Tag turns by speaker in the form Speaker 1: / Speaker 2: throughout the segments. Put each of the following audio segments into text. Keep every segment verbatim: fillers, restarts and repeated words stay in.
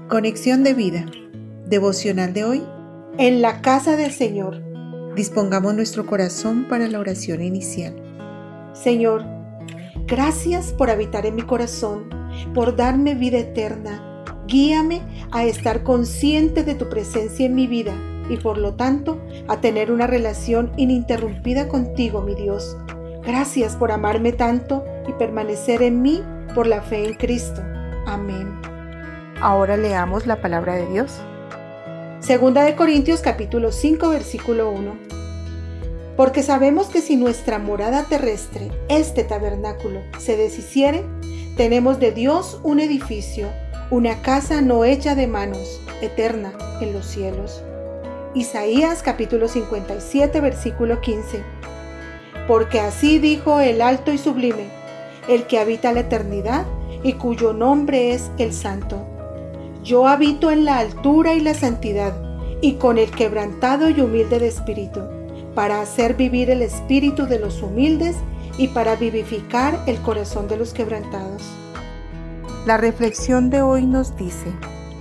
Speaker 1: Conexión de vida. Devocional de hoy.
Speaker 2: En la casa del Señor.
Speaker 1: Dispongamos nuestro corazón para la oración inicial.
Speaker 2: Señor, gracias por habitar en mi corazón, por darme vida eterna. Guíame a estar consciente de tu presencia en mi vida y por lo tanto a tener una relación ininterrumpida contigo, mi Dios. Gracias por amarme tanto y permanecer en mí por la fe en Cristo. Amén.
Speaker 1: Ahora leamos la palabra de Dios.
Speaker 2: Segunda de Corintios capítulo cinco versículo uno. Porque sabemos que si nuestra morada terrestre, este tabernáculo, se deshiciere, tenemos de Dios un edificio, una casa no hecha de manos, eterna en los cielos. Isaías capítulo cincuenta y siete versículo quince. Porque así dijo el alto y sublime, el que habita la eternidad y cuyo nombre es el Santo. Yo habito en la altura y la santidad, y con el quebrantado y humilde de espíritu, para hacer vivir el espíritu de los humildes y para vivificar el corazón de los quebrantados.
Speaker 1: La reflexión de hoy nos dice: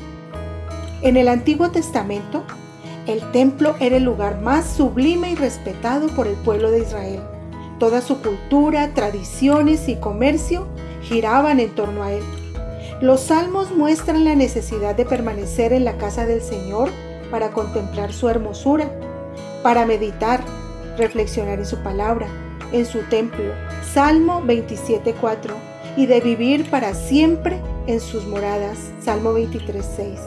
Speaker 2: en el Antiguo Testamento, el templo era el lugar más sublime y respetado por el pueblo de Israel. Toda su cultura, tradiciones y comercio giraban en torno a él. Los salmos muestran la necesidad de permanecer en la casa del Señor para contemplar su hermosura, para meditar, reflexionar en su palabra, en su templo, Salmo veintisiete cuatro, y de vivir para siempre en sus moradas, Salmo veintitrés seis.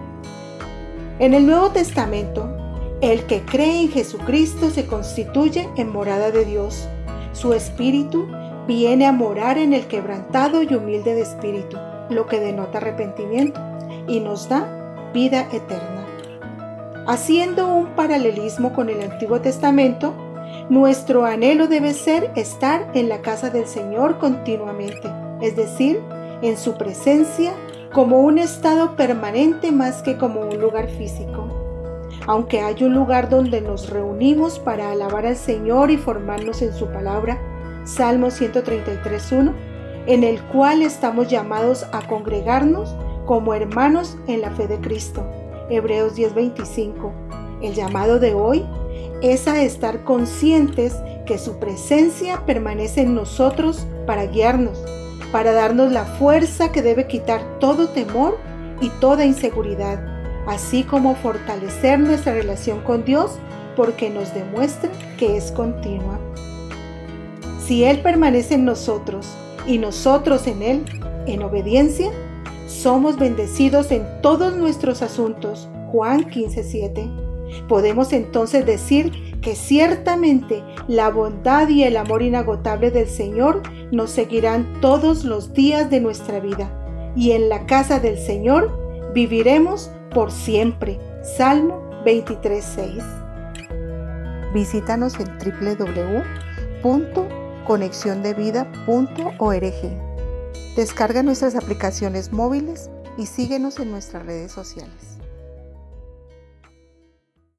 Speaker 2: En el Nuevo Testamento, el que cree en Jesucristo se constituye en morada de Dios. Su espíritu viene a morar en el quebrantado y humilde de espíritu, lo que denota arrepentimiento, y nos da vida eterna. Haciendo un paralelismo con el Antiguo Testamento, nuestro anhelo debe ser estar en la casa del Señor continuamente, es decir, en su presencia como un estado permanente más que como un lugar físico. Aunque hay un lugar donde nos reunimos para alabar al Señor y formarnos en su palabra, Salmo ciento treinta y tres uno, en el cual estamos llamados a congregarnos como hermanos en la fe de Cristo, Hebreos diez veinticinco. El llamado de hoy es a estar conscientes que su presencia permanece en nosotros para guiarnos, para darnos la fuerza que debe quitar todo temor y toda inseguridad, así como fortalecer nuestra relación con Dios porque nos demuestra que es continua. Si Él permanece en nosotros y nosotros en Él, en obediencia, somos bendecidos en todos nuestros asuntos, Juan quince siete. Podemos entonces decir que ciertamente la bondad y el amor inagotable del Señor nos seguirán todos los días de nuestra vida, y en la casa del Señor viviremos por siempre, Salmo veintitrés seis.
Speaker 1: Visítanos en doble u doble u doble u punto conexión de vida punto org. Descarga nuestras aplicaciones móviles y síguenos en nuestras redes sociales.